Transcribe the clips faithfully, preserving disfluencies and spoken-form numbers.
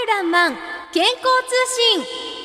るらんまん健康通信。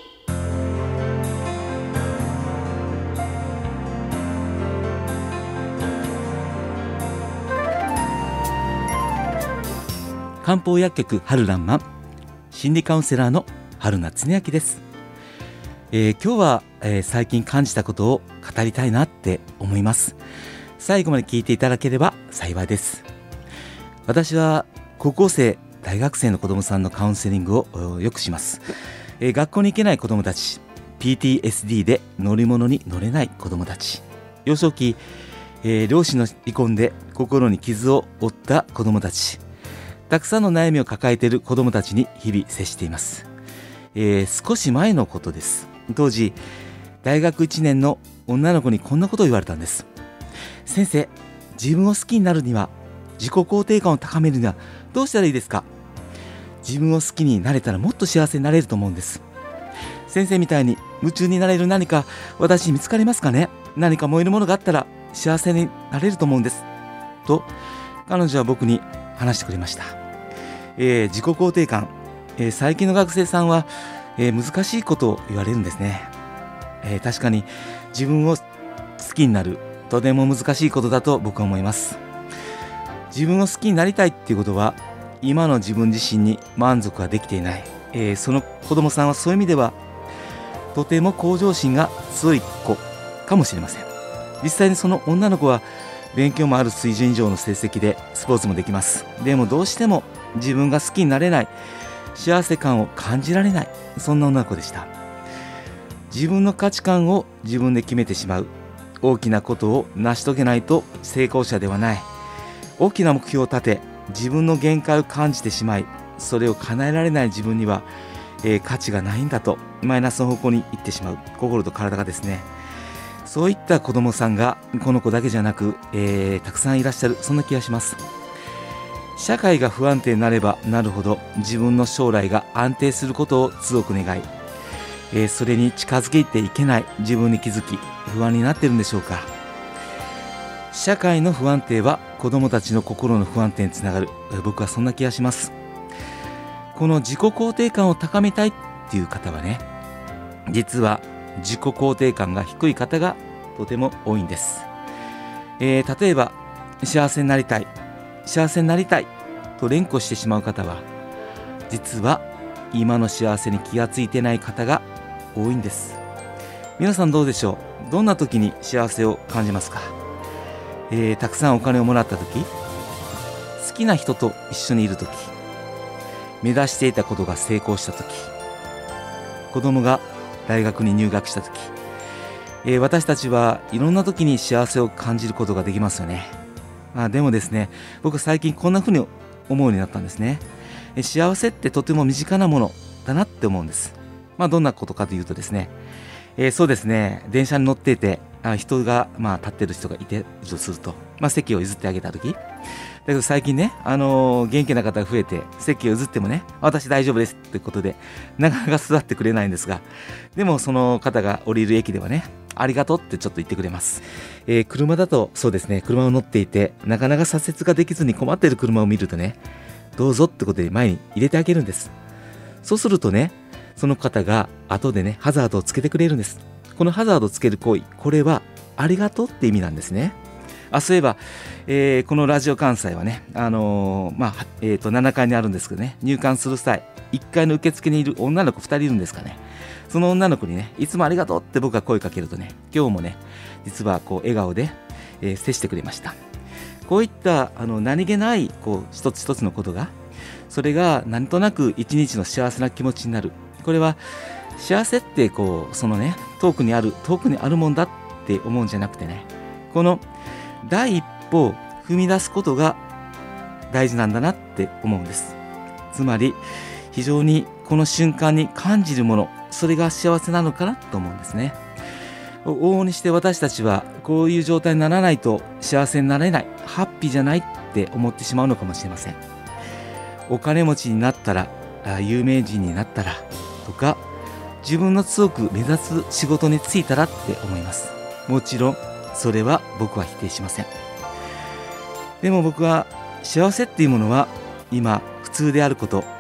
漢方薬局春らんまん心理カウンセラーの春名恒明です。えー、今日は、えー、最近感じたことを語りたいなって思います。最後まで聞いていただければ幸いです。私は高校生大学生の子どもさんのカウンセリングをよくします。えー、学校に行けない子どもたち、 ピーティーエスディー で乗り物に乗れない子どもたち、幼少期、えー、両親の離婚で心に傷を負った子どもたち、たくさんの悩みを抱えている子どもたちに日々接しています。えー、少し前のことです。当時大学いちねんの女の子にこんなことを言われたんです。先生、自分を好きになるには、自己肯定感を高めるにはどうしたらいいですか？自分を好きになれたらもっと幸せになれると思うんです。先生みたいに夢中になれる何か私に見つかりますかね？何か燃えるものがあったら幸せになれると思うんですと彼女は僕に話してくれました。えー、自己肯定感、えー、最近の学生さんは、えー、難しいことを言われるんですね。えー、確かに自分を好きになる、とても難しいことだと僕は思います。自分を好きになりたいっていうことは、今の自分自身に満足ができていない、えー、その子供さんはそういう意味ではとても向上心が強い子かもしれません。実際にその女の子は勉強もある水準以上の成績でスポーツもできます。でもどうしても自分が好きになれない、幸せ感を感じられない、そんな女の子でした。自分の価値観を自分で決めてしまう、大きなことを成し遂げないと成功者ではない、大きな目標を立て自分の限界を感じてしまい、それを叶えられない自分には、えー、価値がないんだとマイナスの方向に行ってしまう、心と体がですね。そういった子供さんがこの子だけじゃなく、えー、たくさんいらっしゃる、そんな気がします。社会が不安定になればなるほど、自分の将来が安定することを強く願い、えー、それに近づけていけない自分に気づき、不安になっているんでしょうか。社会の不安定は子供たちの心の不安定につながる、僕はそんな気がします。この自己肯定感を高めたいっていう方はね、実は自己肯定感が低い方がとても多いんです。えー、例えば幸せになりたい幸せになりたいと連呼してしまう方は、実は今の幸せに気がついてない方が多いんです。皆さんどうでしょう？どんな時に幸せを感じますか？えー、たくさんお金をもらった時、好きな人と一緒にいる時、目指していたことが成功した時、子供が大学に入学した時、えー、私たちはいろんな時に幸せを感じることができますよね。まあ、でもですね、僕最近こんな風に思うようになったんですね。えー、幸せってとても身近なものだなって思うんです。まあ、どんなことかというとですね、えー、そうですね、電車に乗っていて、あ人が、まあ、立ってる人がいてるとすると、まあ、席を譲ってあげた時、だけど最近ね、あのー、元気な方が増えて、席を譲ってもね、私大丈夫ですってことでなかなか座ってくれないんですが、でもその方が降りる駅ではね、ありがとうってちょっと言ってくれます。えー、車だとそうですね、車を乗っていてなかなか左折ができずに困っている車を見るとね、どうぞってことで前に入れてあげるんです。そうするとね、その方が後でね、ハザードをつけてくれるんです。このハザードをつける行為、これはありがとうって意味なんですね。あ、そういえば、えー、このラジオ関西はね、あのー、まあ、えーと、ななかいにあるんですけどね、入館する際、いっかいの受付にいる女の子ふたりいるんですかね。その女の子にね、いつもありがとうって僕が声かけるとね、今日もね、実はこう笑顔で、えー、接してくれました。こういったあの何気ないこう一つ一つのことが、それがなんとなく一日の幸せな気持ちになる。これは幸せってこうそのね、遠くにある遠くにあるもんだって思うんじゃなくてね、この第一歩を踏み出すことが大事なんだなって思うんです。つまり非常にこの瞬間に感じるもの、それが幸せなのかなと思うんですね。往々にして私たちはこういう状態にならないと幸せになれない、ハッピーじゃないって思ってしまうのかもしれません。お金持ちになったら、有名人になったらとか、自分の強く目指す仕事に就いたらって思います。もちろんそれは僕は否定しません。でも僕は幸せっていうものは今普通であること、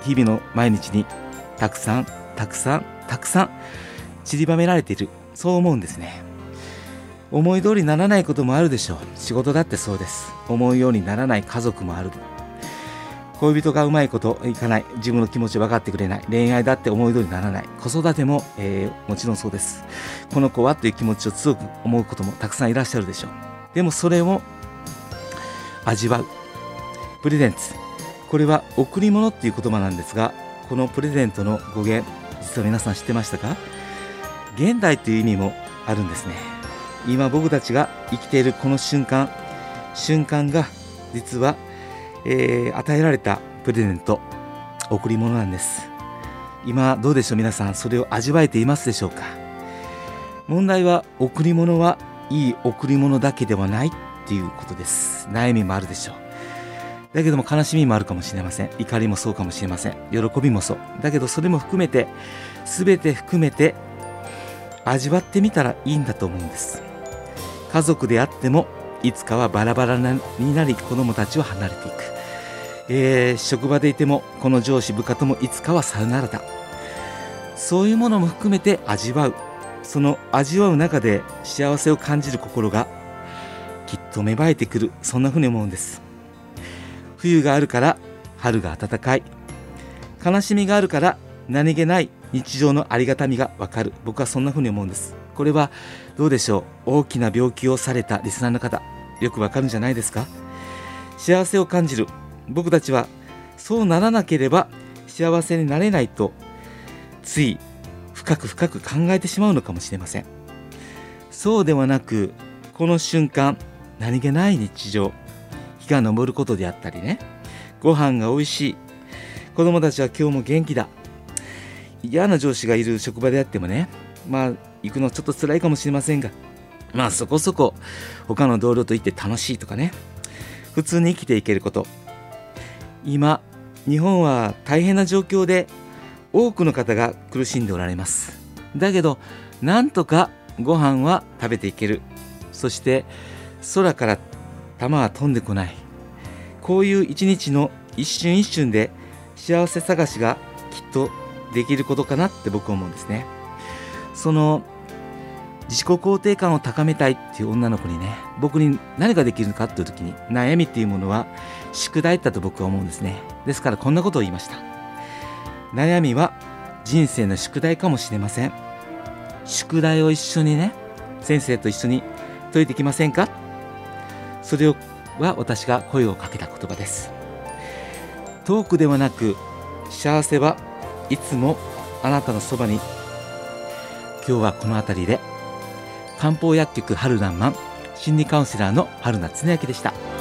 日々の毎日にたくさんたくさんたくさん散りばめられている、そう思うんですね。思い通りにならないこともあるでしょう。仕事だってそうです。思うようにならない家族もある。恋人がうまいこといかない、自分の気持ち分かってくれない、恋愛だって思い通りにならない、子育ても、えー、もちろんそうです。この子はという気持ちを強く思うこともたくさんいらっしゃるでしょう。でもそれを味わうプレゼンツ、これは贈り物っていう言葉なんですが、このプレゼントの語源、実は皆さん知ってましたか？現代という意味もあるんですね。今僕たちが生きているこの瞬間瞬間が実は、えー、与えられたプレゼント、贈り物なんです。今どうでしょう皆さん、それを味わえていますでしょうか？問題は贈り物はいい贈り物だけではないっていうことです。悩みもあるでしょう。だけども悲しみもあるかもしれません。怒りもそうかもしれません。喜びもそうだけど、それも含めて全て含めて味わってみたらいいんだと思うんです。家族であってもいつかはバラバラになり、子供たちは離れていく、えー、職場でいてもこの上司部下ともいつかはさよならだ。そういうものも含めて味わう、その味わう中で幸せを感じる心がきっと芽生えてくる、そんなふうに思うんです。冬があるから春が暖かい、悲しみがあるから何気ない日常のありがたみがわかる、僕はそんなふうに思うんです。これはどうでしょう、大きな病気をされたリスナーの方、よくわかるんじゃないですか？幸せを感じる僕たちはそうならなければ幸せになれないと、つい深く深く考えてしまうのかもしれません。そうではなく、この瞬間、何気ない日常、日が昇ることであったりね、ご飯が美味しい、子供たちは今日も元気だ、嫌な上司がいる職場であってもね、まあ行くのちょっと辛いかもしれませんが、まあそこそこ他の同僚と行って楽しいとかね、普通に生きていけること。今日本は大変な状況で多くの方が苦しんでおられます。だけどなんとかご飯は食べていける、そして空から弾は飛んでこない、こういう一日の一瞬一瞬で幸せ探しがきっとできることかなって僕は思うんですね。その自己肯定感を高めたいっていう女の子にね、僕に何ができるのかっていう時に、悩みっていうものは宿題だと僕は思うんですね。ですからこんなことを言いました。悩みは人生の宿題かもしれません。宿題を一緒にね、先生と一緒に解いていきませんか？それは私が声をかけた言葉です。遠くではなく、幸せはいつもあなたのそばに。今日はこの辺りで、漢方薬局春らんまん心理カウンセラーの春名恒明でした。